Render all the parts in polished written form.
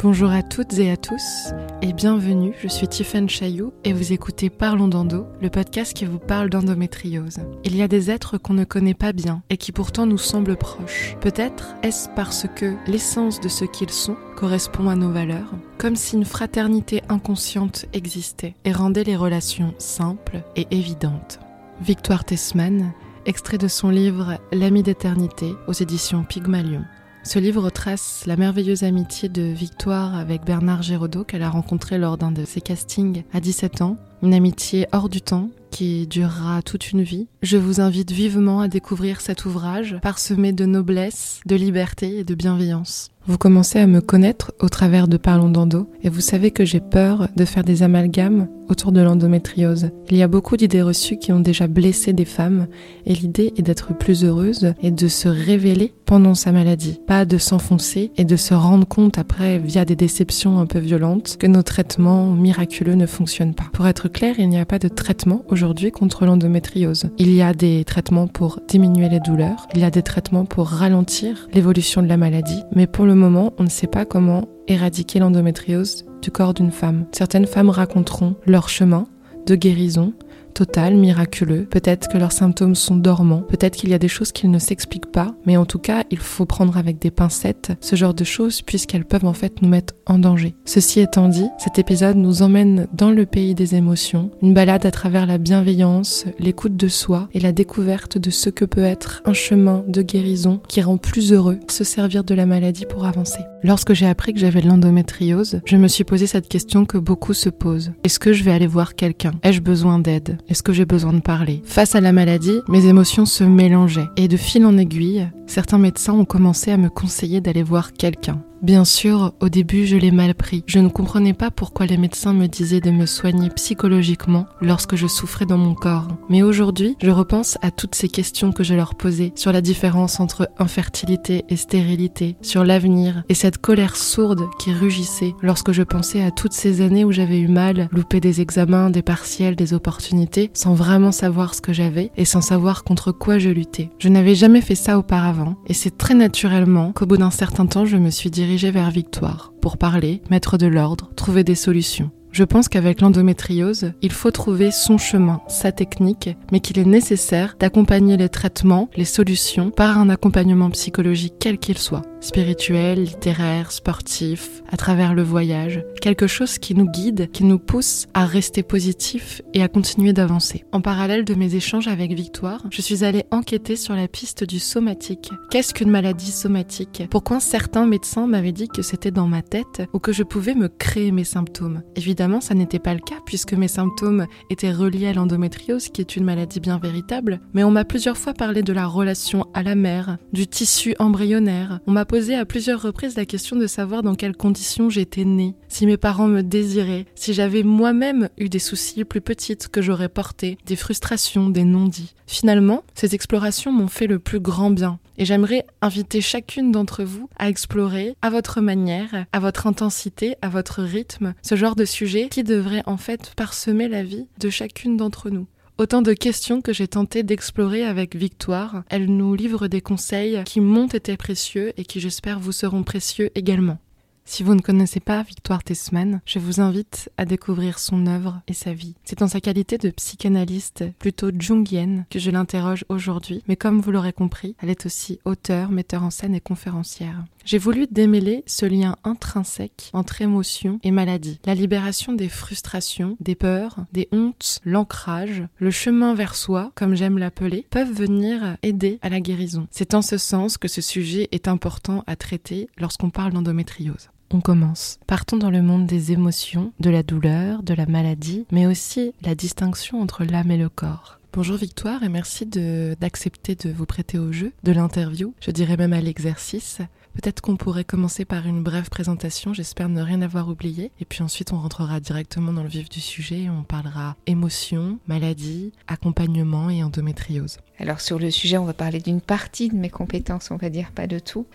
Bonjour à toutes et à tous et bienvenue, je suis Tiffaine Chailloux et vous écoutez Parlons d'endo, le podcast qui vous parle d'endométriose. Il y a des êtres qu'on ne connaît pas bien et qui pourtant nous semblent proches. Peut-être est-ce parce que l'essence de ce qu'ils sont correspond à nos valeurs, comme si une fraternité inconsciente existait et rendait les relations simples et évidentes. Victoire Tessman, extrait de son livre L'ami d'éternité aux éditions Pygmalion. Ce livre trace la merveilleuse amitié de Victoire avec Bernard Giraudot qu'elle a rencontré lors d'un de ses castings à 17 ans. Une amitié hors du temps qui durera toute une vie. Je vous invite vivement à découvrir cet ouvrage parsemé de noblesse, de liberté et de bienveillance. Vous commencez à me connaître au travers de Parlons d'endo et vous savez que j'ai peur de faire des amalgames autour de l'endométriose. Il y a beaucoup d'idées reçues qui ont déjà blessé des femmes et l'idée est d'être plus heureuse et de se révéler pendant sa maladie, pas de s'enfoncer et de se rendre compte après via des déceptions un peu violentes que nos traitements miraculeux ne fonctionnent pas. Pour être clair, il n'y a pas de traitement aujourd'hui contre l'endométriose. Il y a des traitements pour diminuer les douleurs, il y a des traitements pour ralentir l'évolution de la maladie, mais pour le moment, on ne sait pas comment éradiquer l'endométriose du corps d'une femme. Certaines femmes raconteront leur chemin de guérison total, miraculeux. Peut-être que leurs symptômes sont dormants. Peut-être qu'il y a des choses qui ne s'expliquent pas. Mais en tout cas, il faut prendre avec des pincettes ce genre de choses puisqu'elles peuvent en fait nous mettre en danger. Ceci étant dit, cet épisode nous emmène dans le pays des émotions. Une balade à travers la bienveillance, l'écoute de soi et la découverte de ce que peut être un chemin de guérison qui rend plus heureux se servir de la maladie pour avancer. Lorsque j'ai appris que j'avais de l'endométriose, je me suis posé cette question que beaucoup se posent. Est-ce que je vais aller voir quelqu'un ? Ai-je besoin d'aide ? Est-ce que j'ai besoin de parler ? Face à la maladie, mes émotions se mélangeaient. Et de fil en aiguille, certains médecins ont commencé à me conseiller d'aller voir quelqu'un. Bien sûr, au début, je l'ai mal pris. Je ne comprenais pas pourquoi les médecins me disaient de me soigner psychologiquement lorsque je souffrais dans mon corps. Mais aujourd'hui, je repense à toutes ces questions que je leur posais sur la différence entre infertilité et stérilité, sur l'avenir et cette colère sourde qui rugissait lorsque je pensais à toutes ces années où j'avais eu mal, loupé des examens, des partiels, des opportunités, sans vraiment savoir ce que j'avais et sans savoir contre quoi je luttais. Je n'avais jamais fait ça auparavant et c'est très naturellement qu'au bout d'un certain temps, je me suis dirigée vers Victoire pour parler, mettre de l'ordre, trouver des solutions. Je pense qu'avec l'endométriose, il faut trouver son chemin, sa technique, mais qu'il est nécessaire d'accompagner les traitements, les solutions, par un accompagnement psychologique quel qu'il soit. Spirituel, littéraire, sportif, à travers le voyage. Quelque chose qui nous guide, qui nous pousse à rester positif et à continuer d'avancer. En parallèle de mes échanges avec Victoire, je suis allée enquêter sur la piste du somatique. Qu'est-ce qu'une maladie somatique ? Pourquoi certains médecins m'avaient dit que c'était dans ma tête ou que je pouvais me créer mes symptômes ? Évidemment, ça n'était pas le cas puisque mes symptômes étaient reliés à l'endométriose qui est une maladie bien véritable, mais on m'a plusieurs fois parlé de la relation à la mère, du tissu embryonnaire. On m'a posé à plusieurs reprises la question de savoir dans quelles conditions j'étais née, si mes parents me désiraient, si j'avais moi-même eu des soucis plus petites que j'aurais portés, des frustrations, des non-dits. Finalement, ces explorations m'ont fait le plus grand bien. Et j'aimerais inviter chacune d'entre vous à explorer à votre manière, à votre intensité, à votre rythme, ce genre de sujet qui devrait en fait parsemer la vie de chacune d'entre nous. Autant de questions que j'ai tenté d'explorer avec Victoire. Elle nous livre des conseils qui m'ont été précieux et qui j'espère vous seront précieux également. Si vous ne connaissez pas Victoire Tessman, je vous invite à découvrir son œuvre et sa vie. C'est en sa qualité de psychanalyste plutôt jungienne que je l'interroge aujourd'hui, mais comme vous l'aurez compris, elle est aussi auteure, metteur en scène et conférencière. J'ai voulu démêler ce lien intrinsèque entre émotion et maladie, la libération des frustrations, des peurs, des hontes, l'ancrage, le chemin vers soi, comme j'aime l'appeler, peuvent venir aider à la guérison. C'est en ce sens que ce sujet est important à traiter lorsqu'on parle d'endométriose. On commence. Partons dans le monde des émotions, de la douleur, de la maladie, mais aussi la distinction entre l'âme et le corps. Bonjour Victoire et merci d'accepter de vous prêter au jeu, de l'interview, je dirais même à l'exercice. Peut-être qu'on pourrait commencer par une brève présentation, j'espère ne rien avoir oublié. Et puis ensuite, on rentrera directement dans le vif du sujet et on parlera émotion, maladie, accompagnement et endométriose. Alors sur le sujet, on va parler d'une partie de mes compétences, on va dire pas de tout.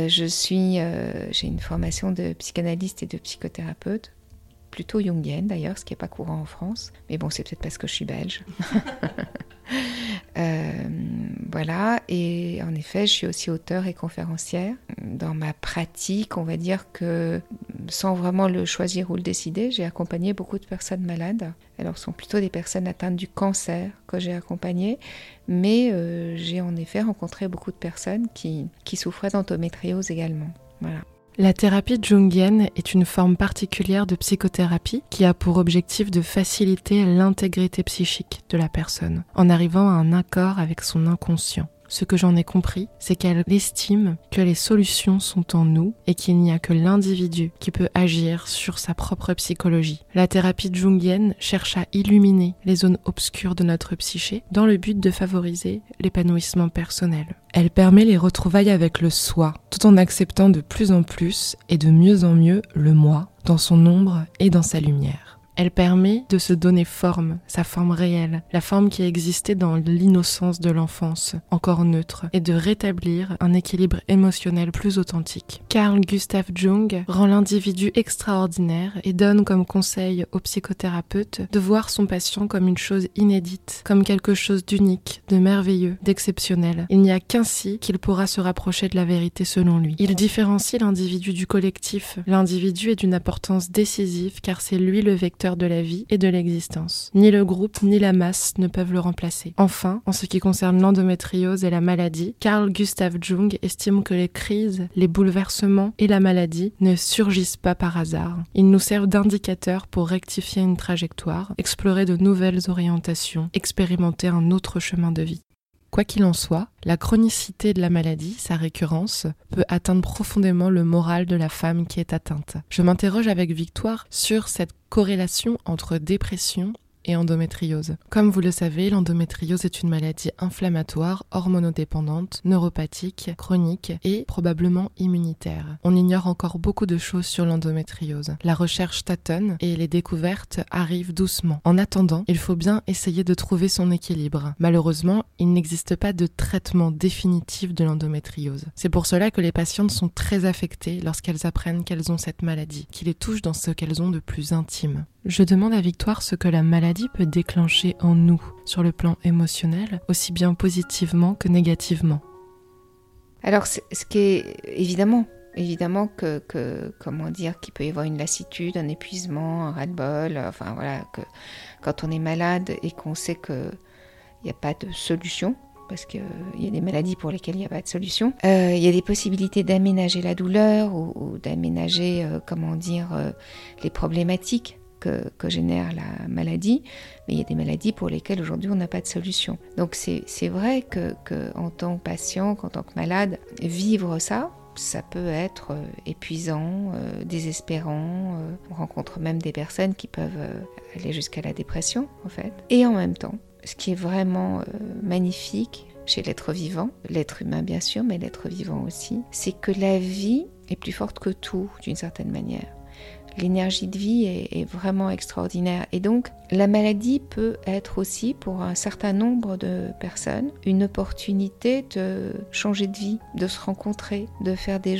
J'ai une formation de psychanalyste et de psychothérapeute, plutôt jungienne d'ailleurs, ce qui n'est pas courant en France. Mais bon, c'est peut-être parce que je suis belge. Voilà, et en effet, je suis aussi auteure et conférencière. Dans ma pratique, on va dire que, sans vraiment le choisir ou le décider, j'ai accompagné beaucoup de personnes malades. Alors, ce sont plutôt des personnes atteintes du cancer que j'ai accompagnées, mais j'ai en effet rencontré beaucoup de personnes qui souffraient d'endométriose également. Voilà. La thérapie jungienne est une forme particulière de psychothérapie qui a pour objectif de faciliter l'intégrité psychique de la personne, en arrivant à un accord avec son inconscient. Ce que j'en ai compris, c'est qu'elle estime que les solutions sont en nous et qu'il n'y a que l'individu qui peut agir sur sa propre psychologie. La thérapie jungienne cherche à illuminer les zones obscures de notre psyché dans le but de favoriser l'épanouissement personnel. Elle permet les retrouvailles avec le soi, tout en acceptant de plus en plus et de mieux en mieux le moi, dans son ombre et dans sa lumière. Elle permet de se donner forme, sa forme réelle, la forme qui existait dans l'innocence de l'enfance, encore neutre, et de rétablir un équilibre émotionnel plus authentique. Carl Gustav Jung rend l'individu extraordinaire et donne comme conseil au psychothérapeute de voir son patient comme une chose inédite, comme quelque chose d'unique, de merveilleux, d'exceptionnel. Il n'y a qu'ainsi qu'il pourra se rapprocher de la vérité selon lui. Il différencie l'individu du collectif. L'individu est d'une importance décisive car c'est lui le vecteur de la vie et de l'existence. Ni le groupe ni la masse ne peuvent le remplacer. Enfin, en ce qui concerne l'endométriose et la maladie, Carl Gustav Jung estime que les crises, les bouleversements et la maladie ne surgissent pas par hasard. Ils nous servent d'indicateurs pour rectifier une trajectoire, explorer de nouvelles orientations, expérimenter un autre chemin de vie. Quoi qu'il en soit, la chronicité de la maladie, sa récurrence, peut atteindre profondément le moral de la femme qui est atteinte. Je m'interroge avec Victoire sur cette corrélation entre dépression et endométriose. Comme vous le savez, l'endométriose est une maladie inflammatoire, hormonodépendante, neuropathique, chronique et probablement immunitaire. On ignore encore beaucoup de choses sur l'endométriose. La recherche tâtonne et les découvertes arrivent doucement. En attendant, il faut bien essayer de trouver son équilibre. Malheureusement, il n'existe pas de traitement définitif de l'endométriose. C'est pour cela que les patientes sont très affectées lorsqu'elles apprennent qu'elles ont cette maladie, qui les touche dans ce qu'elles ont de plus intime. Je demande à Victoire ce que la maladie peut déclencher en nous, sur le plan émotionnel, aussi bien positivement que négativement. Alors, ce qui est évidemment qu'il peut y avoir une lassitude, un épuisement, un ras-le-bol, enfin voilà, que quand on est malade et qu'on sait qu'il n'y a pas de solution, parce qu'il y a des maladies pour lesquelles il n'y a pas de solution. Il y a des possibilités d'aménager la douleur ou d'aménager, les problématiques que génère la maladie, mais il y a des maladies pour lesquelles aujourd'hui on n'a pas de solution. Donc c'est vrai que en tant que patient, qu'en tant que malade, vivre ça peut être épuisant, désespérant. On rencontre même des personnes qui peuvent aller jusqu'à la dépression en fait. Et en même temps, ce qui est vraiment magnifique chez l'être vivant, l'être humain bien sûr, mais l'être vivant aussi, c'est que la vie est plus forte que tout d'une certaine manière. L'énergie de vie est vraiment extraordinaire. Et donc, la maladie peut être aussi, pour un certain nombre de personnes, une opportunité de changer de vie, de se rencontrer, de faire des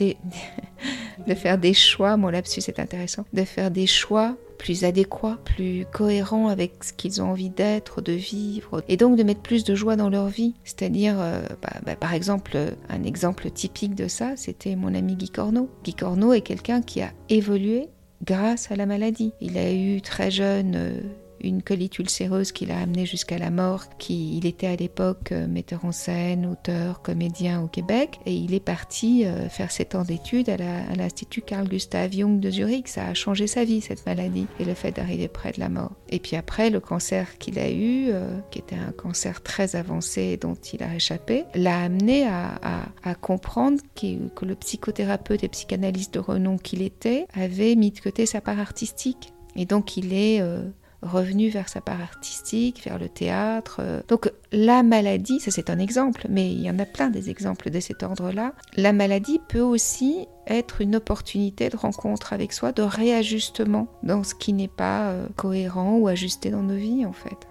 de faire des choix, mon lapsus est intéressant, de faire des choix plus adéquats, plus cohérents avec ce qu'ils ont envie d'être, de vivre, et donc de mettre plus de joie dans leur vie. C'est-à-dire, par exemple, un exemple typique de ça, c'était mon ami Guy Corneau. Guy Corneau est quelqu'un qui a évolué grâce à la maladie. Il a eu très jeune une colite ulcéreuse qui l'a amené jusqu'à la mort. Il était à l'époque metteur en scène, auteur, comédien au Québec, et il est parti faire 7 ans d'études à l'Institut Carl Gustav Jung de Zurich. Ça a changé sa vie, cette maladie, et le fait d'arriver près de la mort. Et puis après, le cancer qu'il a eu, qui était un cancer très avancé dont il a échappé, l'a amené à comprendre que le psychothérapeute et psychanalyste de renom qu'il était avait mis de côté sa part artistique. Et donc il est revenu vers sa part artistique, vers le théâtre. Donc la maladie, ça c'est un exemple, mais il y en a plein des exemples de cet ordre-là. La maladie peut aussi être une opportunité de rencontre avec soi, de réajustement dans ce qui n'est pas cohérent ou ajusté dans nos vies en fait.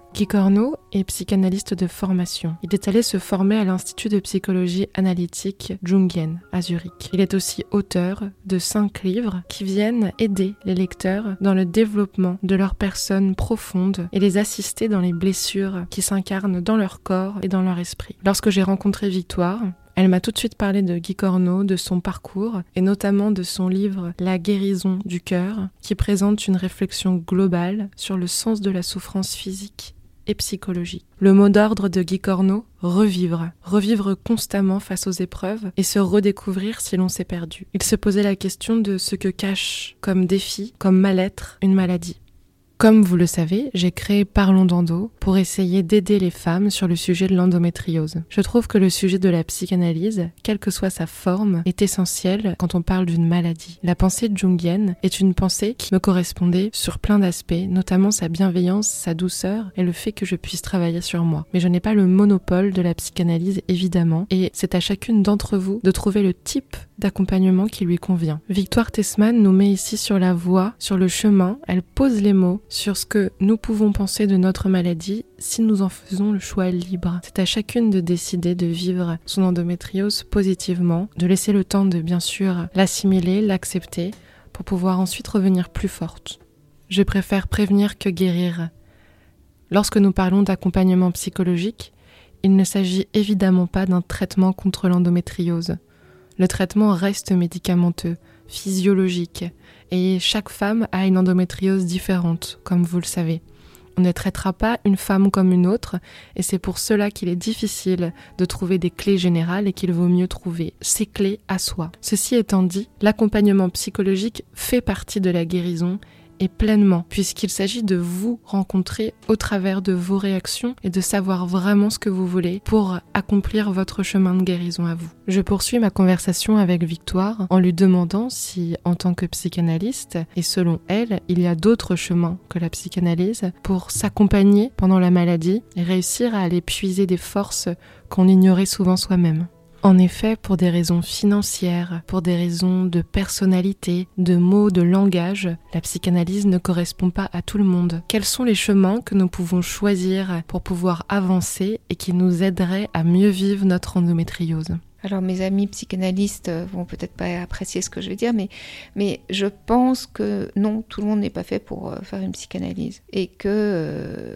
Guy Corneau est psychanalyste de formation. Il est allé se former à l'Institut de psychologie analytique jungienne à Zurich. Il est aussi auteur de 5 livres qui viennent aider les lecteurs dans le développement de leur personne profonde et les assister dans les blessures qui s'incarnent dans leur corps et dans leur esprit. Lorsque j'ai rencontré Victoire, elle m'a tout de suite parlé de Guy Corneau, de son parcours et notamment de son livre « La guérison du cœur » qui présente une réflexion globale sur le sens de la souffrance physique et psychologique. Le mot d'ordre de Guy Corneau, revivre. Revivre constamment face aux épreuves et se redécouvrir si l'on s'est perdu. Il se posait la question de ce que cache comme défi, comme mal-être, une maladie. Comme vous le savez, j'ai créé Parlons d'Endo pour essayer d'aider les femmes sur le sujet de l'endométriose. Je trouve que le sujet de la psychanalyse, quelle que soit sa forme, est essentiel quand on parle d'une maladie. La pensée jungienne est une pensée qui me correspondait sur plein d'aspects, notamment sa bienveillance, sa douceur et le fait que je puisse travailler sur moi. Mais je n'ai pas le monopole de la psychanalyse, évidemment, et c'est à chacune d'entre vous de trouver le type d'accompagnement qui lui convient. Victoire Tessman nous met ici sur la voie, sur le chemin, elle pose les mots sur ce que nous pouvons penser de notre maladie si nous en faisons le choix libre. C'est à chacune de décider de vivre son endométriose positivement, de laisser le temps de bien sûr l'assimiler, l'accepter, pour pouvoir ensuite revenir plus forte. Je préfère prévenir que guérir. Lorsque nous parlons d'accompagnement psychologique, il ne s'agit évidemment pas d'un traitement contre l'endométriose. Le traitement reste médicamenteux, physiologique, et chaque femme a une endométriose différente, comme vous le savez. On ne traitera pas une femme comme une autre, et c'est pour cela qu'il est difficile de trouver des clés générales et qu'il vaut mieux trouver ses clés à soi. Ceci étant dit, l'accompagnement psychologique fait partie de la guérison et pleinement, puisqu'il s'agit de vous rencontrer au travers de vos réactions et de savoir vraiment ce que vous voulez pour accomplir votre chemin de guérison à vous. Je poursuis ma conversation avec Victoire en lui demandant si, en tant que psychanalyste, et selon elle, il y a d'autres chemins que la psychanalyse pour s'accompagner pendant la maladie et réussir à aller puiser des forces qu'on ignorait souvent soi-même. En effet, pour des raisons financières, pour des raisons de personnalité, de mots, de langage, la psychanalyse ne correspond pas à tout le monde. Quels sont les chemins que nous pouvons choisir pour pouvoir avancer et qui nous aideraient à mieux vivre notre endométriose ? Alors mes amis psychanalystes vont peut-être pas apprécier ce que je vais dire, mais je pense que non, tout le monde n'est pas fait pour faire une psychanalyse et que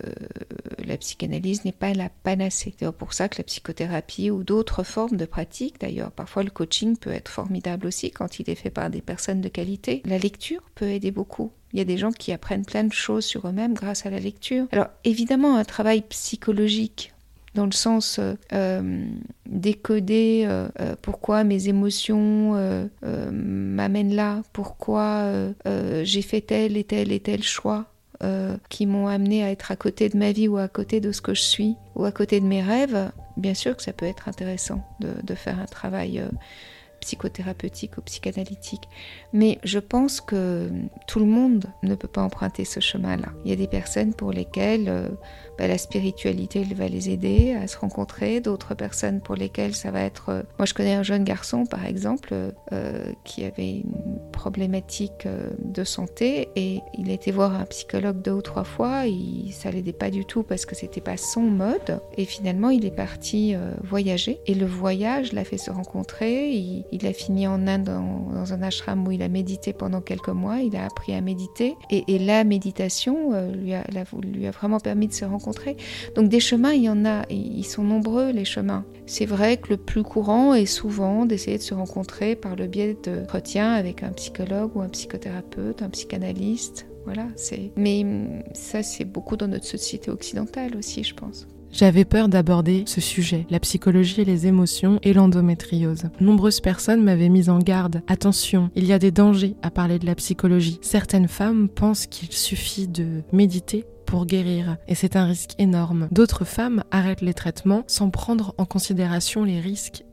la psychanalyse n'est pas la panacée. C'est pour ça que la psychothérapie ou d'autres formes de pratiques, d'ailleurs parfois le coaching peut être formidable aussi quand il est fait par des personnes de qualité. La lecture peut aider beaucoup. Il y a des gens qui apprennent plein de choses sur eux-mêmes grâce à la lecture. Alors évidemment un travail psychologique dans le sens décoder pourquoi mes émotions m'amènent là, pourquoi j'ai fait tel et tel choix qui m'ont amené à être à côté de ma vie ou à côté de ce que je suis ou à côté de mes rêves. Bien sûr que ça peut être intéressant de faire un travail psychothérapeutique ou psychanalytique. Mais je pense que tout le monde ne peut pas emprunter ce chemin-là. Il y a des personnes pour lesquelles la spiritualité va les aider à se rencontrer, d'autres personnes pour lesquelles ça va être... Moi, je connais un jeune garçon, par exemple, qui avait une problématique de santé et il a été voir un psychologue 2 ou 3 fois, ça l'aidait pas du tout parce que c'était pas son mode et finalement, il est parti voyager et le voyage l'a fait se rencontrer. Il a fini en Inde dans un ashram où il a médité pendant quelques mois, il a appris à méditer et la méditation lui a vraiment permis de se rencontrer. Donc des chemins, il y en a, ils sont nombreux les chemins. C'est vrai que le plus courant est souvent d'essayer de se rencontrer par le biais d'entretiens avec un psychologue ou un psychothérapeute, un psychanalyste. Voilà, mais ça c'est beaucoup dans notre société occidentale aussi, je pense. J'avais peur d'aborder ce sujet, la psychologie, les émotions et l'endométriose. Nombreuses personnes m'avaient mise en garde. Attention, il y a des dangers à parler de la psychologie. Certaines femmes pensent qu'il suffit de méditer pour guérir, et c'est un risque énorme. D'autres femmes arrêtent les traitements sans prendre en considération les risques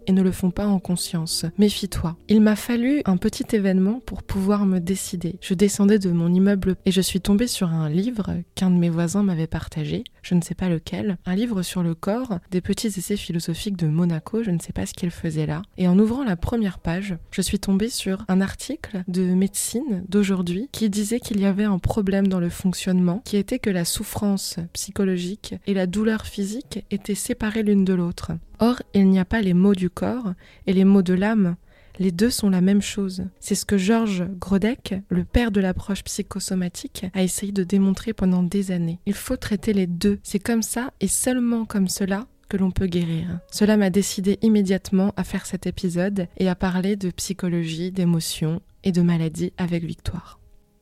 et ne le font pas en conscience. Méfie-toi. Il m'a fallu un petit événement pour pouvoir me décider. Je descendais de mon immeuble et je suis tombée sur un livre qu'un de mes voisins m'avait partagé, je ne sais pas lequel, un livre sur le corps, des petits essais philosophiques de Monaco, je ne sais pas ce qu'il faisait là. Et en ouvrant la première page, je suis tombée sur un article de médecine d'aujourd'hui qui disait qu'il y avait un problème dans le fonctionnement, qui était que la souffrance psychologique et la douleur physique étaient séparées l'une de l'autre. Or, il n'y a pas les maux du corps et les maux de l'âme. Les deux sont la même chose. C'est ce que Georges Grodeck, le père de l'approche psychosomatique, a essayé de démontrer pendant des années. Il faut traiter les deux. C'est comme ça et seulement comme cela que l'on peut guérir. Cela m'a décidé immédiatement à faire cet épisode et à parler de psychologie, d'émotions et de maladies avec Victoire.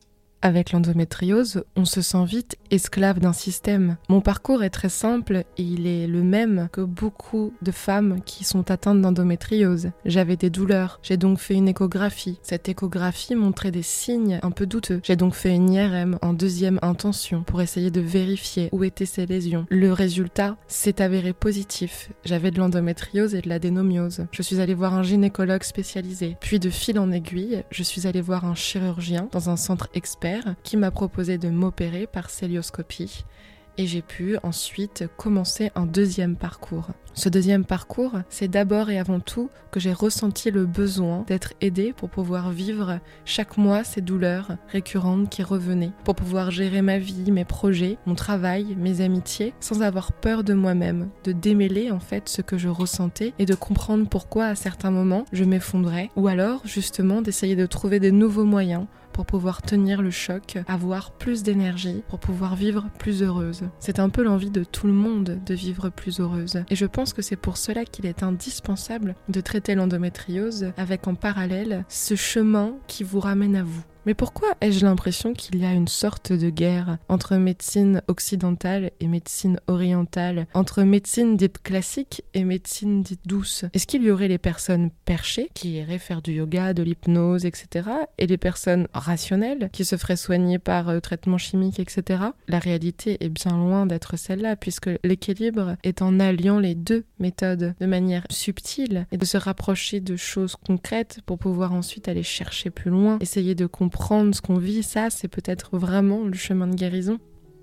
Avec l'endométriose, on se sent vite esclave d'un système. Mon parcours est très simple et il est le même que beaucoup de femmes qui sont atteintes d'endométriose. J'avais des douleurs, j'ai donc fait une échographie. Cette échographie montrait des signes un peu douteux. J'ai donc fait une IRM en deuxième intention pour essayer de vérifier où étaient ces lésions. Le résultat s'est avéré positif. J'avais de l'endométriose et de l'adénomiose. Je suis allée voir un gynécologue spécialisé. Puis de fil en aiguille, je suis allée voir un chirurgien dans un centre expert qui m'a proposé de m'opérer par cœlioscopie et j'ai pu ensuite commencer un deuxième parcours. Ce deuxième parcours, c'est d'abord et avant tout que j'ai ressenti le besoin d'être aidée pour pouvoir vivre chaque mois ces douleurs récurrentes qui revenaient, pour pouvoir gérer ma vie, mes projets, mon travail, mes amitiés, sans avoir peur de moi-même, de démêler en fait ce que je ressentais et de comprendre pourquoi à certains moments je m'effondrais, ou alors justement d'essayer de trouver des nouveaux moyens pour pouvoir tenir le choc, avoir plus d'énergie, pour pouvoir vivre plus heureuse. C'est un peu l'envie de tout le monde de vivre plus heureuse. Et je pense que c'est pour cela qu'il est indispensable de traiter l'endométriose avec en parallèle ce chemin qui vous ramène à vous. Mais pourquoi ai-je l'impression qu'il y a une sorte de guerre entre médecine occidentale et médecine orientale, entre médecine dite classique et médecine dite douce? Est-ce qu'il y aurait les personnes perchées qui iraient faire du yoga, de l'hypnose, etc. et les personnes rationnelles qui se feraient soigner par traitement chimique, etc. La réalité est bien loin d'être celle-là puisque l'équilibre est en alliant les deux méthodes de manière subtile et de se rapprocher de choses concrètes pour pouvoir ensuite aller chercher plus loin, essayer de comprendre ce qu'on vit, ça c'est peut-être vraiment le chemin de guérison.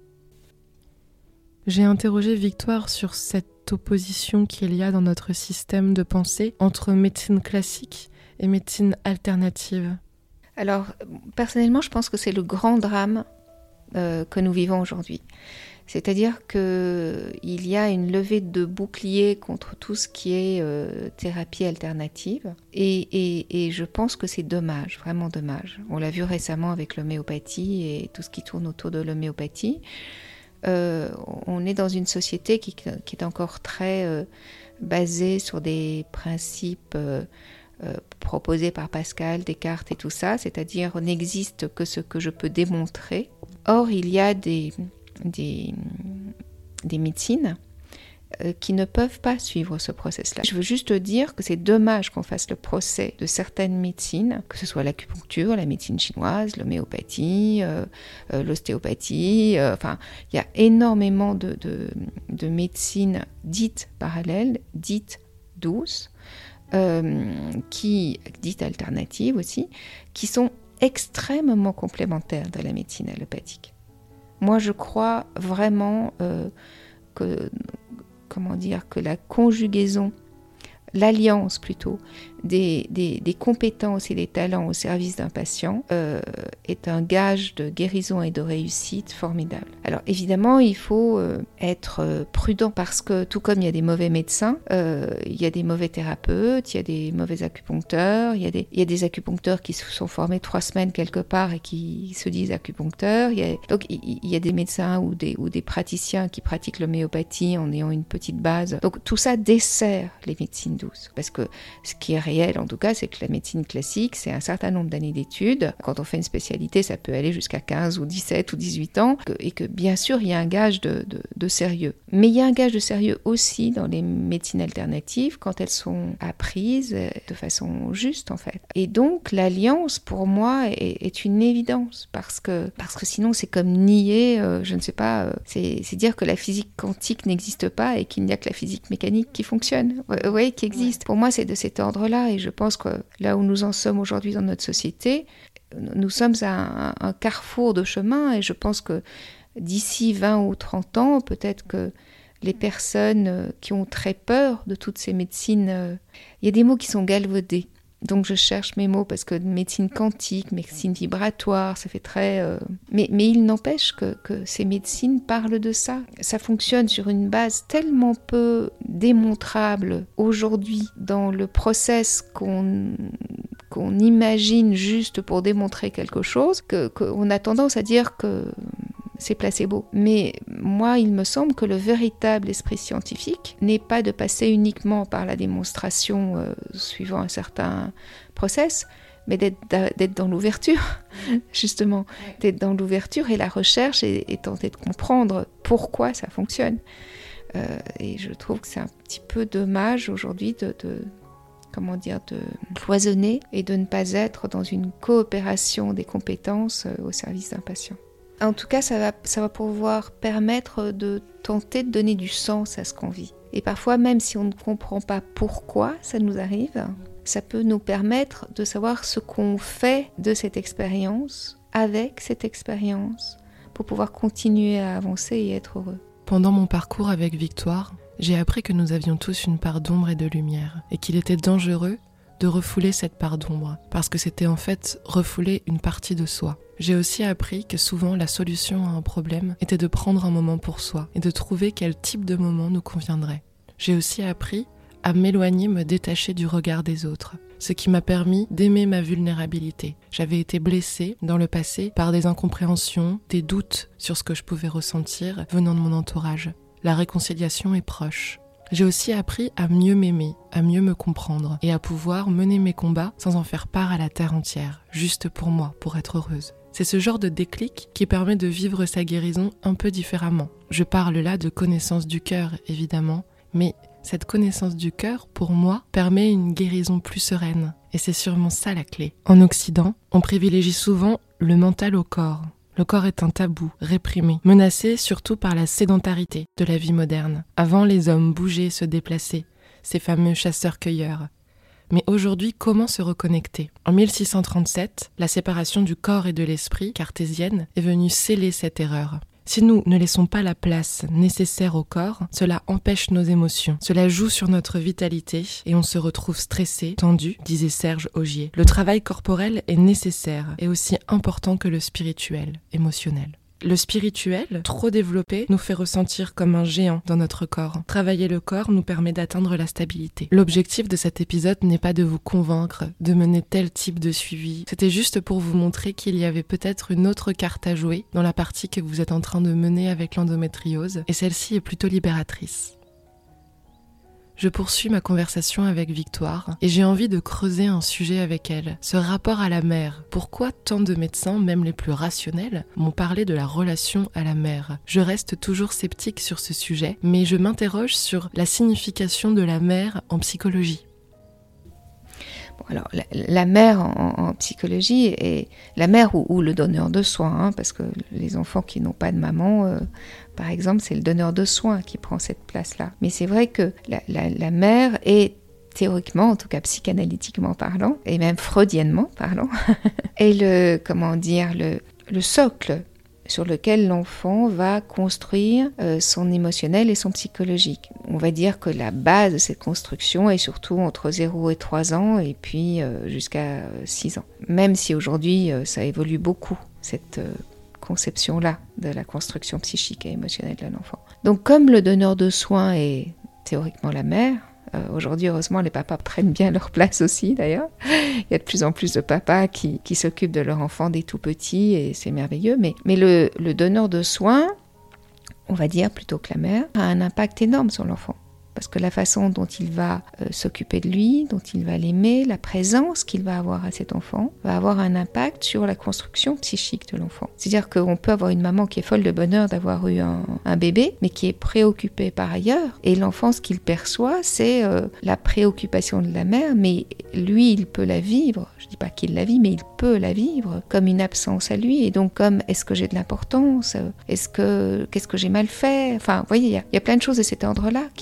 J'ai interrogé Victoire sur cette opposition qu'il y a dans notre système de pensée entre médecine classique et médecine alternative. Alors, personnellement, je pense que c'est le grand drame que nous vivons aujourd'hui. C'est-à-dire qu'il y a une levée de bouclier contre tout ce qui est thérapie alternative. Et je pense que c'est dommage, vraiment dommage. On l'a vu récemment avec l'homéopathie et tout ce qui tourne autour de l'homéopathie. On est dans une société qui est encore très basée sur des principes proposés par Pascal, Descartes et tout ça. C'est-à-dire, on n'existe que ce que je peux démontrer. Or, il y a des médecines qui ne peuvent pas suivre ce process-là. Je veux juste dire que c'est dommage qu'on fasse le procès de certaines médecines, que ce soit l'acupuncture, la médecine chinoise, l'homéopathie, l'ostéopathie, enfin, il y a énormément de médecines dites parallèles, dites douces, dites alternatives aussi, qui sont extrêmement complémentaires de la médecine allopathique. Moi, je crois vraiment que la conjugaison, l'alliance plutôt, des compétences et des talents au service d'un patient est un gage de guérison et de réussite formidable. Alors évidemment, il faut être prudent parce que tout comme il y a des mauvais médecins, il y a des mauvais thérapeutes, il y a des mauvais acupuncteurs, il y a des acupuncteurs qui se sont formés 3 semaines quelque part et qui se disent acupuncteurs. Donc il y a des médecins ou des praticiens qui pratiquent l'homéopathie en ayant une petite base. Donc tout ça dessert les médecines douces parce que ce qui est réel en tout cas, c'est que la médecine classique, c'est un certain nombre d'années d'études. Quand on fait une spécialité, ça peut aller jusqu'à 15 ou 17 ou 18 ans. Et que bien sûr, il y a un gage de sérieux. Mais il y a un gage de sérieux aussi dans les médecines alternatives quand elles sont apprises de façon juste en fait. Et donc, l'alliance, pour moi, est une évidence. Parce que sinon, c'est comme nier, je ne sais pas, c'est dire que la physique quantique n'existe pas et qu'il n'y a que la physique mécanique qui fonctionne. Vous voyez, qui existe. Pour moi, c'est de cet ordre-là, et je pense que là où nous en sommes aujourd'hui dans notre société, nous sommes à un carrefour de chemin, et je pense que d'ici 20 ou 30 ans, peut-être que les personnes qui ont très peur de toutes ces médecines, il y a des mots qui sont galvaudés. Donc je cherche mes mots parce que médecine quantique, médecine vibratoire, ça fait très... Mais il n'empêche que ces médecines parlent de ça. Ça fonctionne sur une base tellement peu démontrable aujourd'hui dans le process qu'on imagine juste pour démontrer quelque chose, qu'on a tendance à dire que c'est placebo. Mais moi, il me semble que le véritable esprit scientifique n'est pas de passer uniquement par la démonstration suivant un certain process, mais d'être dans l'ouverture, justement, d'être dans l'ouverture et la recherche et tenter de comprendre pourquoi ça fonctionne. Et je trouve que c'est un petit peu dommage aujourd'hui de cloisonner et de ne pas être dans une coopération des compétences au service d'un patient. En tout cas, ça va pouvoir permettre de tenter de donner du sens à ce qu'on vit. Et parfois, même si on ne comprend pas pourquoi ça nous arrive, ça peut nous permettre de savoir ce qu'on fait de cette expérience, avec cette expérience, pour pouvoir continuer à avancer et être heureux. Pendant mon parcours avec Victoire, j'ai appris que nous avions tous une part d'ombre et de lumière, et qu'il était dangereux de refouler cette part d'ombre, parce que c'était en fait refouler une partie de soi. J'ai aussi appris que souvent la solution à un problème était de prendre un moment pour soi et de trouver quel type de moment nous conviendrait. J'ai aussi appris à m'éloigner, me détacher du regard des autres, ce qui m'a permis d'aimer ma vulnérabilité. J'avais été blessée dans le passé par des incompréhensions, des doutes sur ce que je pouvais ressentir venant de mon entourage. La réconciliation est proche. J'ai aussi appris à mieux m'aimer, à mieux me comprendre et à pouvoir mener mes combats sans en faire part à la terre entière, juste pour moi, pour être heureuse. C'est ce genre de déclic qui permet de vivre sa guérison un peu différemment. Je parle là de connaissance du cœur, évidemment, mais cette connaissance du cœur, pour moi, permet une guérison plus sereine. Et c'est sûrement ça la clé. En Occident, on privilégie souvent le mental au corps. Le corps est un tabou, réprimé, menacé surtout par la sédentarité de la vie moderne. Avant, les hommes bougeaient, se déplaçaient, ces fameux chasseurs-cueilleurs. Mais aujourd'hui, comment se reconnecter ? En 1637, la séparation du corps et de l'esprit, cartésienne, est venue sceller cette erreur. Si nous ne laissons pas la place nécessaire au corps, cela empêche nos émotions, cela joue sur notre vitalité et on se retrouve stressé, tendu, disait Serge Augier. Le travail corporel est nécessaire et aussi important que le spirituel, émotionnel. Le spirituel, trop développé, nous fait ressentir comme un géant dans notre corps. Travailler le corps nous permet d'atteindre la stabilité. L'objectif de cet épisode n'est pas de vous convaincre de mener tel type de suivi. C'était juste pour vous montrer qu'il y avait peut-être une autre carte à jouer dans la partie que vous êtes en train de mener avec l'endométriose, et celle-ci est plutôt libératrice. Je poursuis ma conversation avec Victoire et j'ai envie de creuser un sujet avec elle, ce rapport à la mère. Pourquoi tant de médecins, même les plus rationnels, m'ont parlé de la relation à la mère ? Je reste toujours sceptique sur ce sujet, mais je m'interroge sur la signification de la mère en psychologie. Bon, alors, la mère en psychologie est la mère ou le donneur de soins, parce que les enfants qui n'ont pas de maman, par exemple, c'est le donneur de soins qui prend cette place-là. Mais c'est vrai que la mère est théoriquement, en tout cas psychanalytiquement parlant, et même freudiennement parlant, est le socle sur lequel l'enfant va construire son émotionnel et son psychologique. On va dire que la base de cette construction est surtout entre 0 et 3 ans et puis jusqu'à 6 ans. Même si aujourd'hui ça évolue beaucoup, cette conception-là de la construction psychique et émotionnelle de l'enfant. Donc comme le donneur de soins est théoriquement la mère, aujourd'hui, heureusement, les papas prennent bien leur place aussi, d'ailleurs. Il y a de plus en plus de papas qui s'occupent de leur enfant dès tout petit, et c'est merveilleux. Mais le donneur de soins, on va dire plutôt que la mère, a un impact énorme sur l'enfant. Parce que la façon dont il va s'occuper de lui, dont il va l'aimer, la présence qu'il va avoir à cet enfant, va avoir un impact sur la construction psychique de l'enfant. C'est-à-dire qu'on peut avoir une maman qui est folle de bonheur d'avoir eu un bébé, mais qui est préoccupée par ailleurs. Et l'enfant, ce qu'il perçoit, c'est la préoccupation de la mère, mais lui, il peut la vivre. Je ne dis pas qu'il la vit, mais il peut la vivre comme une absence à lui. Et donc, comme est-ce que j'ai de l'importance ? Qu'est-ce que j'ai mal fait ? Enfin, vous voyez, il y a plein de choses de cet ordre-là qui peuvent se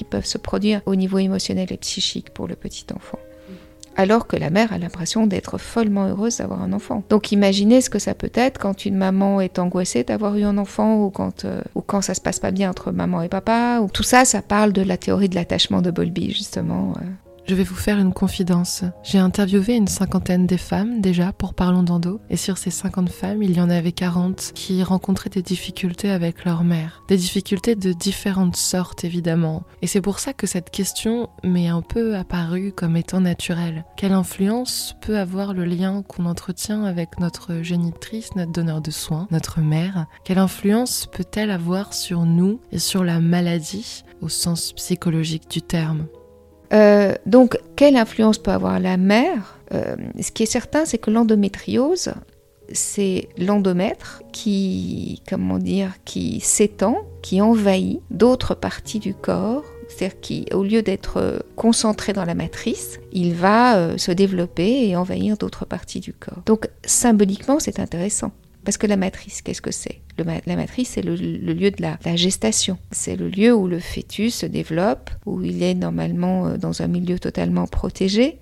produire au niveau émotionnel et psychique pour le petit enfant. Alors que la mère a l'impression d'être follement heureuse d'avoir un enfant. Donc imaginez ce que ça peut être quand une maman est angoissée d'avoir eu un enfant ou quand ça se passe pas bien entre maman et papa. Tout ça, ça parle de la théorie de l'attachement de Bowlby, justement. Je vais vous faire une confidence. J'ai interviewé une 50aine des femmes déjà pour Parlons d'Endo, et sur ces 50 femmes, il y en avait 40 qui rencontraient des difficultés avec leur mère. Des difficultés de différentes sortes évidemment. Et c'est pour ça que cette question m'est un peu apparue comme étant naturelle. Quelle influence peut avoir le lien qu'on entretient avec notre génitrice, notre donneur de soins, notre mère? Quelle influence peut-elle avoir sur nous et sur la maladie au sens psychologique du terme? Donc, quelle influence peut avoir la mère ? Ce qui est certain, c'est que l'endométriose, c'est l'endomètre qui s'étend, qui envahit d'autres parties du corps. C'est-à-dire qu'au lieu d'être concentré dans la matrice, il va se développer et envahir d'autres parties du corps. Donc, symboliquement, c'est intéressant. Parce que la matrice, qu'est-ce que c'est ? La matrice, c'est le lieu de la gestation. C'est le lieu où le fœtus se développe, où il est normalement dans un milieu totalement protégé,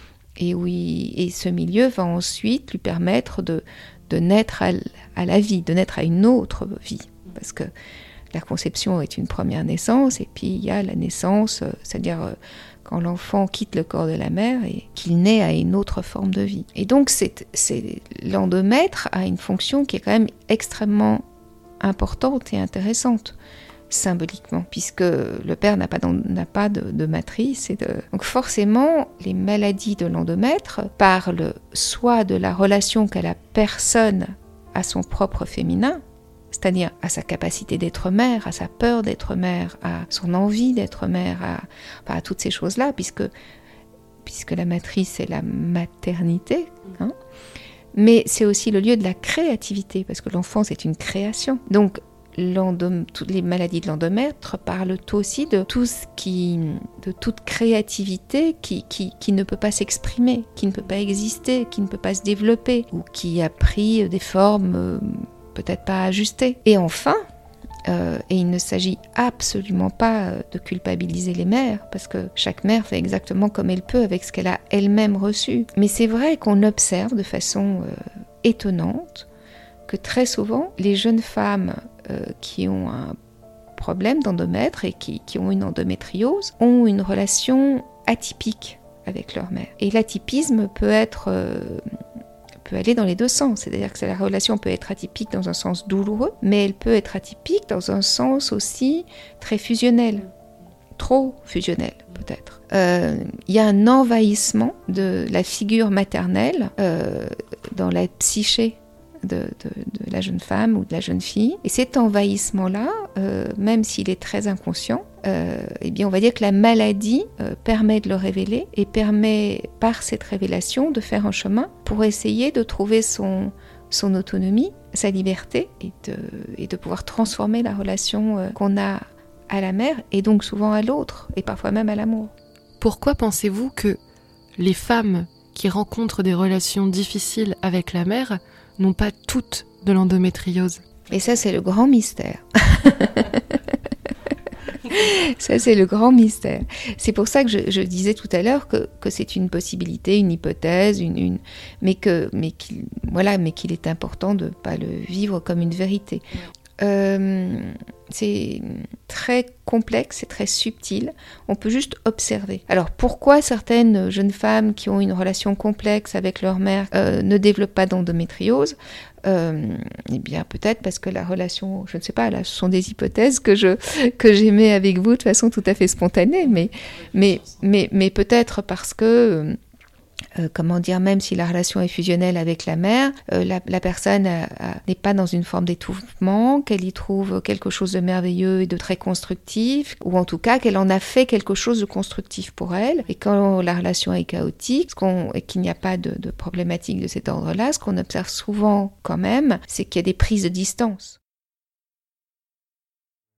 et ce milieu va ensuite lui permettre de naître à la vie, de naître à une autre vie. Parce que la conception est une première naissance, et puis il y a la naissance, c'est-à-dire quand l'enfant quitte le corps de la mère et qu'il naît à une autre forme de vie. Et donc l'endomètre a une fonction qui est quand même extrêmement importante et intéressante symboliquement, puisque le père n'a pas de matrice. Donc forcément, les maladies de l'endomètre parlent soit de la relation qu'a la personne à son propre féminin, c'est-à-dire à sa capacité d'être mère, à sa peur d'être mère, à son envie d'être mère, à toutes ces choses-là, puisque la matrice, c'est la maternité, hein. Mais c'est aussi le lieu de la créativité, parce que l'enfant, c'est une création. Donc, toutes les maladies de l'endomètre parlent aussi de toute créativité qui ne peut pas s'exprimer, qui ne peut pas exister, qui ne peut pas se développer, ou qui a pris des formes peut-être pas ajustées. Et enfin, et il ne s'agit absolument pas de culpabiliser les mères, parce que chaque mère fait exactement comme elle peut avec ce qu'elle a elle-même reçu. Mais c'est vrai qu'on observe de façon étonnante que très souvent, les jeunes femmes qui ont un problème d'endomètre et qui ont une endométriose ont une relation atypique avec leur mère. Et l'atypisme peut aller dans les deux sens, c'est-à-dire que la relation peut être atypique dans un sens douloureux, mais elle peut être atypique dans un sens aussi très fusionnel, trop fusionnel peut-être. Il y a un envahissement de la figure maternelle dans la psyché de la jeune femme ou de la jeune fille. Et cet envahissement-là, même s'il est très inconscient, eh bien on va dire que la maladie permet de le révéler et permet par cette révélation de faire un chemin pour essayer de trouver son autonomie, sa liberté et de pouvoir transformer la relation qu'on a à la mère et donc souvent à l'autre et parfois même à l'amour. Pourquoi pensez-vous que les femmes qui rencontrent des relations difficiles avec la mère n'ont pas toutes de l'endométriose? Et ça, c'est le grand mystère. Ça, c'est le grand mystère. C'est pour ça que je disais tout à l'heure que c'est une possibilité, une hypothèse, mais qu'il est important de ne pas le vivre comme une vérité. C'est très complexe et très subtil. On peut juste observer. Alors, pourquoi certaines jeunes femmes qui ont une relation complexe avec leur mère ne développent pas d'endométriose ? Eh bien, peut-être parce que la relation, je ne sais pas, là, ce sont des hypothèses que j'émets avec vous de façon tout à fait spontanée, mais peut-être parce que même si la relation est fusionnelle avec la mère, la personne n'est pas dans une forme d'étouffement, qu'elle y trouve quelque chose de merveilleux et de très constructif, ou en tout cas qu'elle en a fait quelque chose de constructif pour elle. Et quand la relation est chaotique, et qu'il n'y a pas de problématique de cet ordre-là, ce qu'on observe souvent quand même, c'est qu'il y a des prises de distance.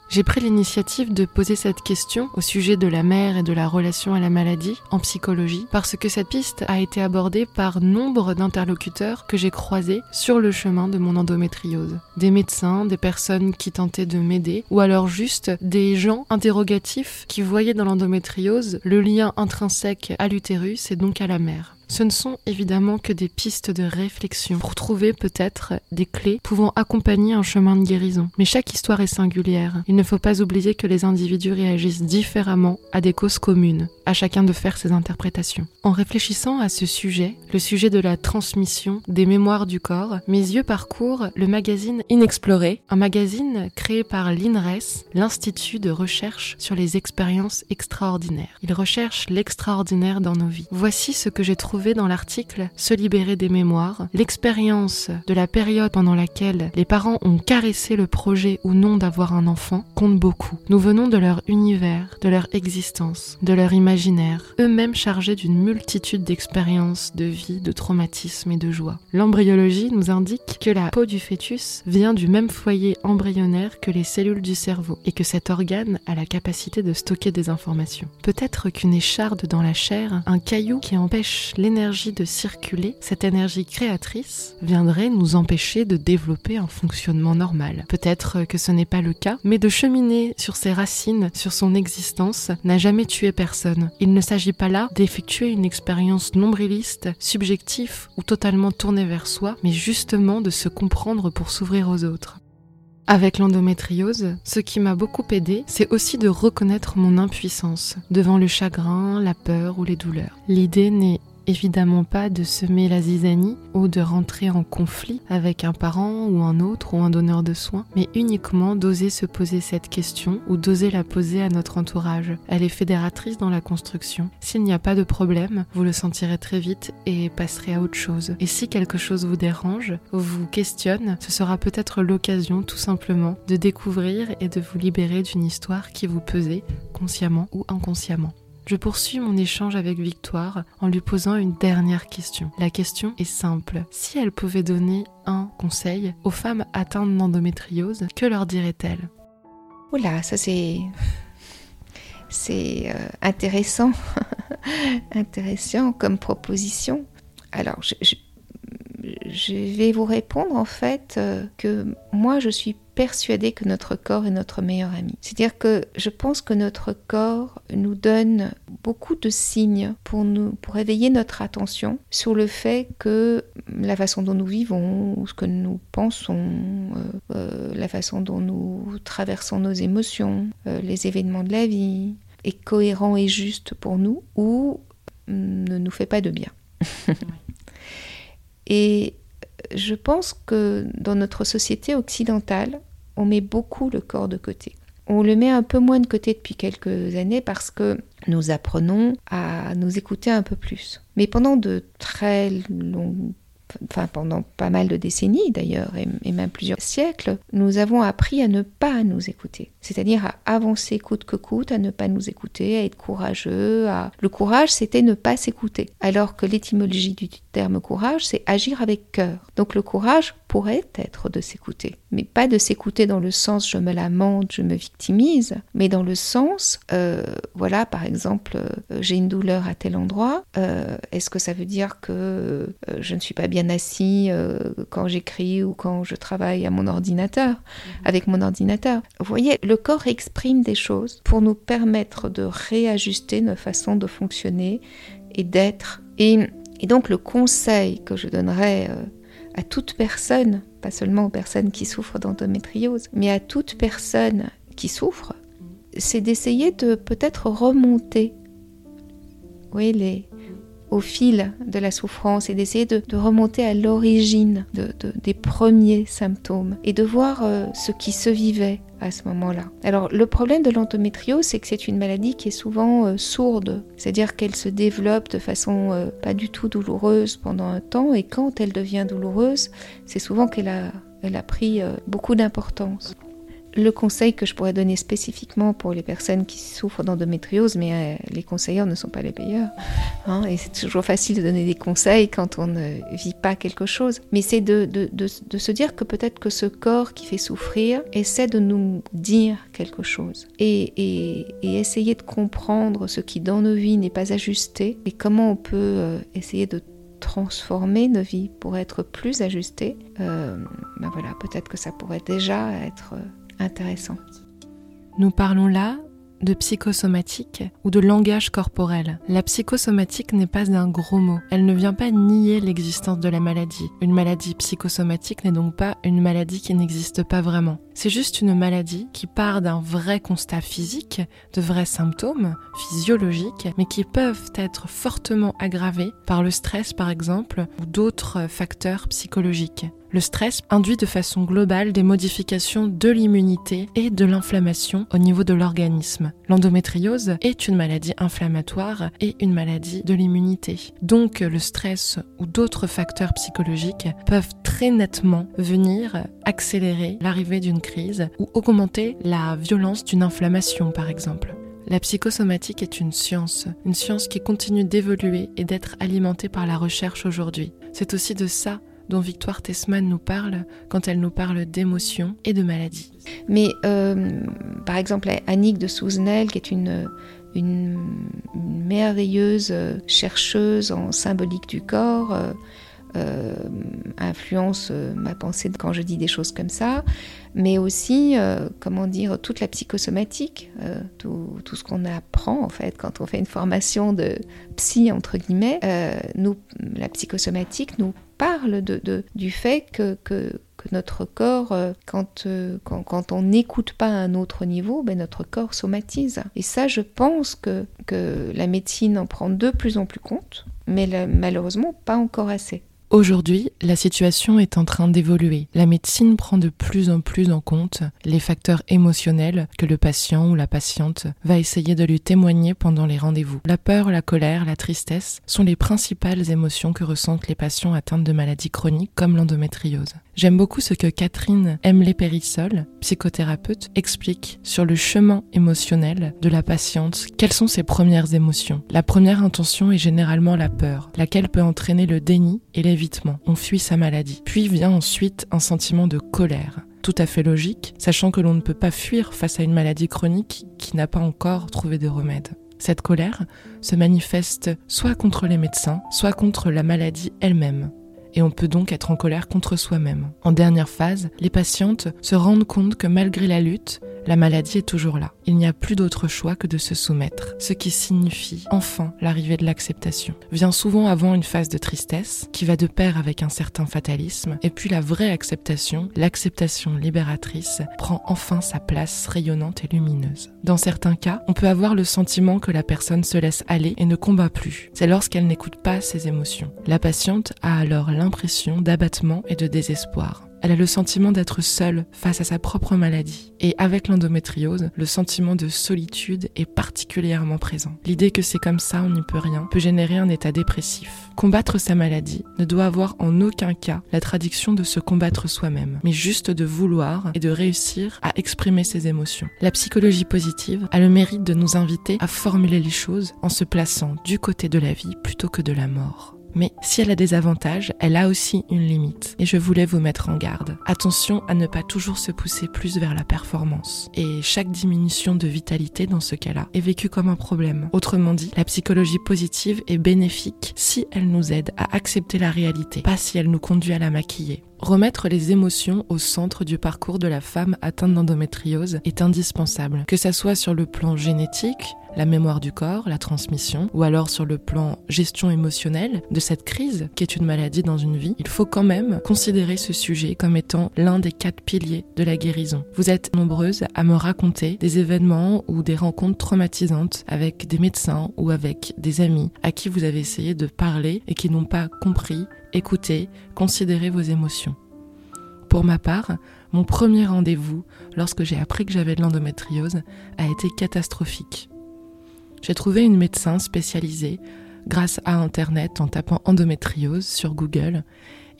J'ai pris l'initiative de poser cette question au sujet de la mère et de la relation à la maladie en psychologie parce que cette piste a été abordée par nombre d'interlocuteurs que j'ai croisés sur le chemin de mon endométriose. Des médecins, des personnes qui tentaient de m'aider ou alors juste des gens interrogatifs qui voyaient dans l'endométriose le lien intrinsèque à l'utérus et donc à la mère. Ce ne sont évidemment que des pistes de réflexion pour trouver peut-être des clés pouvant accompagner un chemin de guérison. Mais chaque histoire est singulière. Il ne faut pas oublier que les individus réagissent différemment à des causes communes, à chacun de faire ses interprétations. En réfléchissant à ce sujet, le sujet de la transmission des mémoires du corps, mes yeux parcourent le magazine Inexploré, un magazine créé par l'INRES, l'Institut de recherche sur les expériences extraordinaires. Il recherche l'extraordinaire dans nos vies. Voici ce que j'ai trouvé dans l'article « Se libérer des mémoires », l'expérience de la période pendant laquelle les parents ont caressé le projet ou non d'avoir un enfant compte beaucoup. Nous venons de leur univers, de leur existence, de leur imaginaire, eux-mêmes chargés d'une multitude d'expériences, de vie, de traumatismes et de joie. L'embryologie nous indique que la peau du fœtus vient du même foyer embryonnaire que les cellules du cerveau et que cet organe a la capacité de stocker des informations. Peut-être qu'une écharde dans la chair, un caillou qui empêche l'énergie de circuler, cette énergie créatrice, viendrait nous empêcher de développer un fonctionnement normal. Peut-être que ce n'est pas le cas, mais de cheminer sur ses racines, sur son existence, n'a jamais tué personne. Il ne s'agit pas là d'effectuer une expérience nombriliste, subjective ou totalement tournée vers soi, mais justement de se comprendre pour s'ouvrir aux autres. Avec l'endométriose, ce qui m'a beaucoup aidé, c'est aussi de reconnaître mon impuissance devant le chagrin, la peur ou les douleurs. L'idée n'est évidemment pas de semer la zizanie ou de rentrer en conflit avec un parent ou un autre ou un donneur de soins, mais uniquement d'oser se poser cette question ou d'oser la poser à notre entourage. Elle est fédératrice dans la construction. S'il n'y a pas de problème, vous le sentirez très vite et passerez à autre chose. Et si quelque chose vous dérange, vous questionne, ce sera peut-être l'occasion tout simplement de découvrir et de vous libérer d'une histoire qui vous pesait, consciemment ou inconsciemment. Je poursuis mon échange avec Victoire en lui posant une dernière question. La question est simple. Si elle pouvait donner un conseil aux femmes atteintes d'endométriose, que leur dirait-elle ? Oula, ça c'est intéressant, intéressant comme proposition. Alors, je vais vous répondre en fait que moi je suis persuadée que notre corps est notre meilleur ami. C'est-à-dire que je pense que notre corps nous donne beaucoup de signes pour éveiller notre attention sur le fait que la façon dont nous vivons, ou ce que nous pensons, la façon dont nous traversons nos émotions, les événements de la vie, est cohérent et juste pour nous ou ne nous fait pas de bien. Et je pense que dans notre société occidentale, on met beaucoup le corps de côté. On le met un peu moins de côté depuis quelques années parce que nous apprenons à nous écouter un peu plus. Mais pendant pendant pas mal de décennies d'ailleurs, et même plusieurs siècles, nous avons appris à ne pas nous écouter. C'est-à-dire à avancer coûte que coûte, à ne pas nous écouter, à être courageux. Le courage, c'était ne pas s'écouter. Alors que l'étymologie du terme courage, c'est agir avec cœur. Donc le courage pourrait être de s'écouter. Mais pas de s'écouter dans le sens je me lamente, je me victimise, mais dans le sens, par exemple, j'ai une douleur à tel endroit, est-ce que ça veut dire que je ne suis pas bien assis quand j'écris ou quand je travaille à mon ordinateur, avec mon ordinateur. Vous voyez, le corps exprime des choses pour nous permettre de réajuster notre façon de fonctionner et d'être. Et donc le conseil que je donnerais à toute personne, pas seulement aux personnes qui souffrent d'endométriose, mais à toute personne qui souffre, c'est d'essayer de peut-être remonter au fil de la souffrance et d'essayer de remonter à l'origine des premiers symptômes et de voir ce qui se vivait à ce moment-là. Alors le problème de l'endométriose, c'est que c'est une maladie qui est souvent sourde, c'est-à-dire qu'elle se développe de façon pas du tout douloureuse pendant un temps, et quand elle devient douloureuse, c'est souvent qu'elle a pris beaucoup d'importance. le conseil que je pourrais donner spécifiquement pour les personnes qui souffrent d'endométriose, mais les conseilleurs ne sont pas les meilleurs, hein, et c'est toujours facile de donner des conseils quand on ne vit pas quelque chose. Mais c'est de se dire que peut-être que ce corps qui fait souffrir essaie de nous dire quelque chose. Et essayer de comprendre ce qui dans nos vies n'est pas ajusté et comment on peut essayer de transformer nos vies pour être plus ajustées. Voilà, peut-être que ça pourrait déjà être intéressant. Nous parlons là de psychosomatique ou de langage corporel. La psychosomatique n'est pas un gros mot. Elle ne vient pas nier l'existence de la maladie. Une maladie psychosomatique n'est donc pas une maladie qui n'existe pas vraiment. C'est juste une maladie qui part d'un vrai constat physique, de vrais symptômes physiologiques, mais qui peuvent être fortement aggravés par le stress par exemple, ou d'autres facteurs psychologiques. Le stress induit de façon globale des modifications de l'immunité et de l'inflammation au niveau de l'organisme. L'endométriose est une maladie inflammatoire et une maladie de l'immunité. Donc le stress ou d'autres facteurs psychologiques peuvent très nettement venir accélérer l'arrivée d'une crise ou augmenter la violence d'une inflammation par exemple. La psychosomatique est une science qui continue d'évoluer et d'être alimentée par la recherche aujourd'hui. C'est aussi de ça dont Victoire Tessman nous parle quand elle nous parle d'émotions et de maladies. Mais par exemple, Annick de Souzenel, qui est une merveilleuse chercheuse en symbolique du corps, influence ma pensée quand je dis des choses comme ça, mais aussi, toute la psychosomatique, tout ce qu'on apprend en fait quand on fait une formation de psy entre guillemets, la psychosomatique nous parle du fait que notre corps, quand on n'écoute pas à un autre niveau, notre corps somatise. Et ça, je pense que la médecine en prend de plus en plus compte, mais malheureusement pas encore assez. Aujourd'hui, la situation est en train d'évoluer. La médecine prend de plus en plus en compte les facteurs émotionnels que le patient ou la patiente va essayer de lui témoigner pendant les rendez-vous. La peur, la colère, la tristesse sont les principales émotions que ressentent les patients atteints de maladies chroniques comme l'endométriose. J'aime beaucoup ce que Catherine Emlé-Périssol, psychothérapeute, explique sur le chemin émotionnel de la patiente. Quelles sont ses premières émotions ? La première intention est généralement la peur, laquelle peut entraîner le déni et l'évitement. On fuit sa maladie. Puis vient ensuite un sentiment de colère. Tout à fait logique, sachant que l'on ne peut pas fuir face à une maladie chronique qui n'a pas encore trouvé de remède. Cette colère se manifeste soit contre les médecins, soit contre la maladie elle-même. Et on peut donc être en colère contre soi-même. En dernière phase, les patientes se rendent compte que malgré la lutte, la maladie est toujours là. Il n'y a plus d'autre choix que de se soumettre, ce qui signifie enfin l'arrivée de l'acceptation. Vient souvent avant une phase de tristesse, qui va de pair avec un certain fatalisme, et puis la vraie acceptation, l'acceptation libératrice, prend enfin sa place rayonnante et lumineuse. Dans certains cas, on peut avoir le sentiment que la personne se laisse aller et ne combat plus. C'est lorsqu'elle n'écoute pas ses émotions. La patiente a alors l'impression d'abattement et de désespoir. Elle a le sentiment d'être seule face à sa propre maladie. Et avec l'endométriose, le sentiment de solitude est particulièrement présent. L'idée que c'est comme ça, on n'y peut rien, peut générer un état dépressif. Combattre sa maladie ne doit avoir en aucun cas la traduction de se combattre soi-même, mais juste de vouloir et de réussir à exprimer ses émotions. La psychologie positive a le mérite de nous inviter à formuler les choses en se plaçant du côté de la vie plutôt que de la mort. Mais si elle a des avantages, elle a aussi une limite. Et je voulais vous mettre en garde. Attention à ne pas toujours se pousser plus vers la performance. Et chaque diminution de vitalité dans ce cas-là est vécue comme un problème. Autrement dit, la psychologie positive est bénéfique si elle nous aide à accepter la réalité, pas si elle nous conduit à la maquiller. Remettre les émotions au centre du parcours de la femme atteinte d'endométriose est indispensable, que ça soit sur le plan génétique, la mémoire du corps, la transmission, ou alors sur le plan gestion émotionnelle de cette crise qui est une maladie dans une vie. Il faut quand même considérer ce sujet comme étant l'un des 4 piliers de la guérison. Vous êtes nombreuses à me raconter des événements ou des rencontres traumatisantes avec des médecins ou avec des amis à qui vous avez essayé de parler et qui n'ont pas compris. Écoutez, considérez vos émotions. Pour ma part, mon premier rendez-vous, lorsque j'ai appris que j'avais de l'endométriose, a été catastrophique. J'ai trouvé une médecin spécialisée grâce à Internet en tapant endométriose sur Google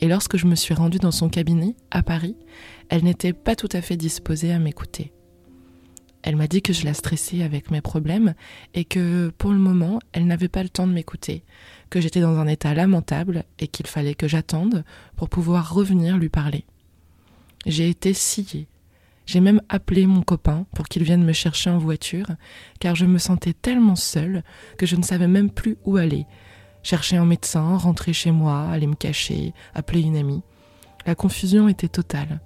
Et lorsque je me suis rendue dans son cabinet, à Paris, elle n'était pas tout à fait disposée à m'écouter. Elle m'a dit que je la stressais avec mes problèmes et que, pour le moment, elle n'avait pas le temps de m'écouter, que j'étais dans un état lamentable et qu'il fallait que j'attende pour pouvoir revenir lui parler. J'ai été sciée. J'ai même appelé mon copain pour qu'il vienne me chercher en voiture, car je me sentais tellement seule que je ne savais même plus où aller. Chercher un médecin, rentrer chez moi, aller me cacher, appeler une amie. La confusion était totale.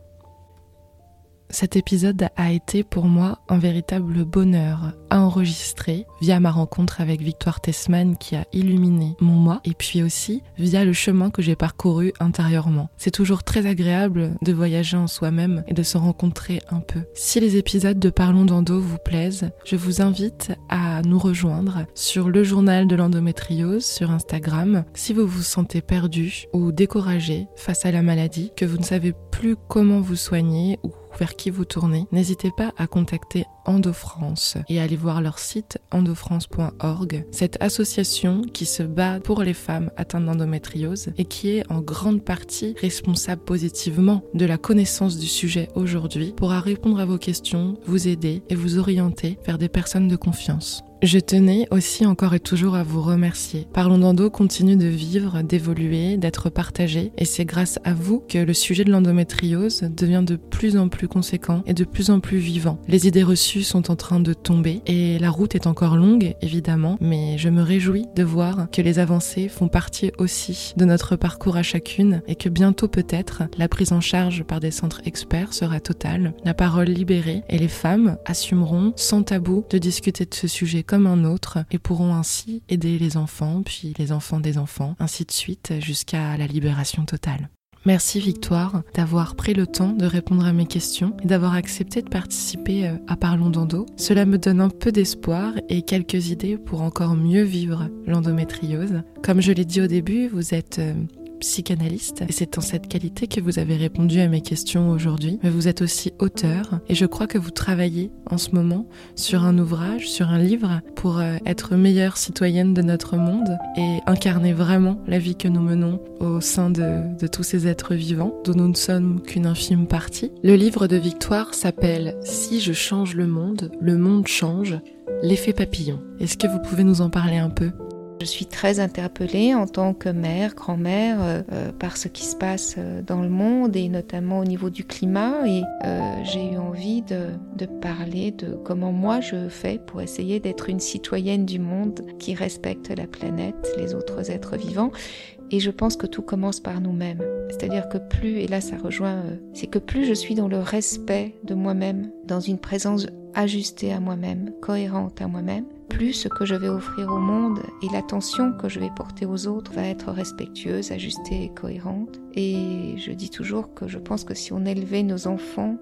Cet épisode a été pour moi un véritable bonheur à enregistrer via ma rencontre avec Victoire Tessman qui a illuminé mon moi et puis aussi via le chemin que j'ai parcouru intérieurement. C'est toujours très agréable de voyager en soi-même et de se rencontrer un peu. Si les épisodes de Parlons d'Endo vous plaisent, je vous invite à nous rejoindre sur le journal de l'endométriose sur Instagram si vous vous sentez perdu ou découragé face à la maladie, que vous ne savez plus comment vous soigner ou vers qui vous tournez, n'hésitez pas à contacter EndoFrance et à aller voir leur site endofrance.org, cette association qui se bat pour les femmes atteintes d'endométriose et qui est en grande partie responsable positivement de la connaissance du sujet aujourd'hui, pourra répondre à vos questions, vous aider et vous orienter vers des personnes de confiance. Je tenais aussi encore et toujours à vous remercier. Parlons d'Endo continue de vivre, d'évoluer, d'être partagé et c'est grâce à vous que le sujet de l'endométriose devient de plus en plus conséquent et de plus en plus vivant. Les idées reçues sont en train de tomber et la route est encore longue évidemment, mais je me réjouis de voir que les avancées font partie aussi de notre parcours à chacune et que bientôt peut-être la prise en charge par des centres experts sera totale, la parole libérée et les femmes assumeront sans tabou de discuter de ce sujet comme un autre et pourront ainsi aider les enfants, puis les enfants des enfants, ainsi de suite jusqu'à la libération totale. Merci Victoire d'avoir pris le temps de répondre à mes questions et d'avoir accepté de participer à Parlons d'Endo. Cela me donne un peu d'espoir et quelques idées pour encore mieux vivre l'endométriose. Comme je l'ai dit au début, vous êtes psychanalyste et c'est en cette qualité que vous avez répondu à mes questions aujourd'hui, mais vous êtes aussi auteur et je crois que vous travaillez en ce moment sur un ouvrage, sur un livre pour être meilleure citoyenne de notre monde et incarner vraiment la vie que nous menons au sein de tous ces êtres vivants dont nous ne sommes qu'une infime partie. Le livre de Victoire s'appelle « Si je change le monde change, l'effet papillon ». Est-ce que vous pouvez nous en parler un peu ? Je suis très interpellée en tant que mère, grand-mère, par ce qui se passe dans le monde et notamment au niveau du climat. Et j'ai eu envie de parler de comment moi je fais pour essayer d'être une citoyenne du monde qui respecte la planète, les autres êtres vivants. Et je pense que tout commence par nous-mêmes. C'est-à-dire que plus, et là ça rejoint, c'est que plus je suis dans le respect de moi-même, dans une présence ajustée à moi-même, cohérente à moi-même, plus ce que je vais offrir au monde et l'attention que je vais porter aux autres va être respectueuse, ajustée et cohérente. Et je dis toujours que je pense que si on élevait nos enfants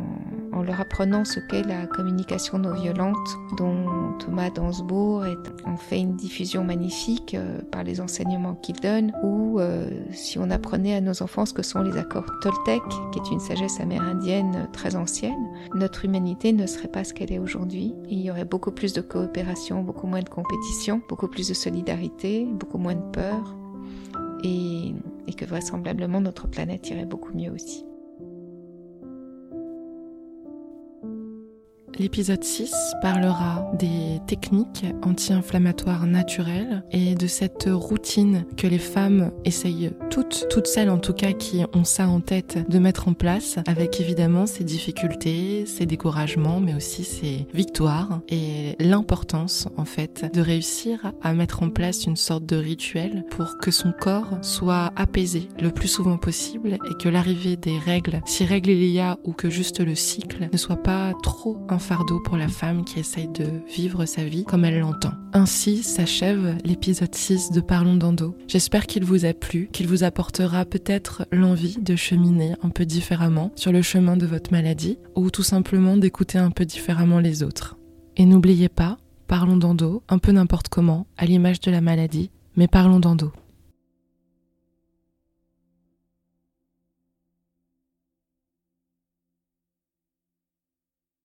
en leur apprenant ce qu'est la communication non violente, dont Thomas Dansbourg en fait une diffusion magnifique par les enseignements qu'il donne, ou si on apprenait à nos enfants ce que sont les accords Toltec, qui est une sagesse amérindienne très ancienne, notre humanité ne serait pas ce qu'elle est aujourd'hui. Il y aurait beaucoup plus de coopération, beaucoup moins de compétition, beaucoup plus de solidarité, beaucoup moins de peur, et que vraisemblablement notre planète irait beaucoup mieux aussi. L'épisode 6 parlera des techniques anti-inflammatoires naturelles et de cette routine que les femmes essayent toutes celles en tout cas qui ont ça en tête de mettre en place, avec évidemment ses difficultés, ses découragements, mais aussi ses victoires et l'importance en fait de réussir à mettre en place une sorte de rituel pour que son corps soit apaisé le plus souvent possible et que l'arrivée des règles, si règles il y a ou que juste le cycle, ne soit pas trop un fardeau pour la femme qui essaye de vivre sa vie comme elle l'entend. Ainsi s'achève l'épisode 6 de Parlons d'Endo. J'espère qu'il vous a plu, qu'il vous apportera peut-être l'envie de cheminer un peu différemment sur le chemin de votre maladie ou tout simplement d'écouter un peu différemment les autres. Et n'oubliez pas, parlons d'endo, un peu n'importe comment, à l'image de la maladie, mais parlons d'endo.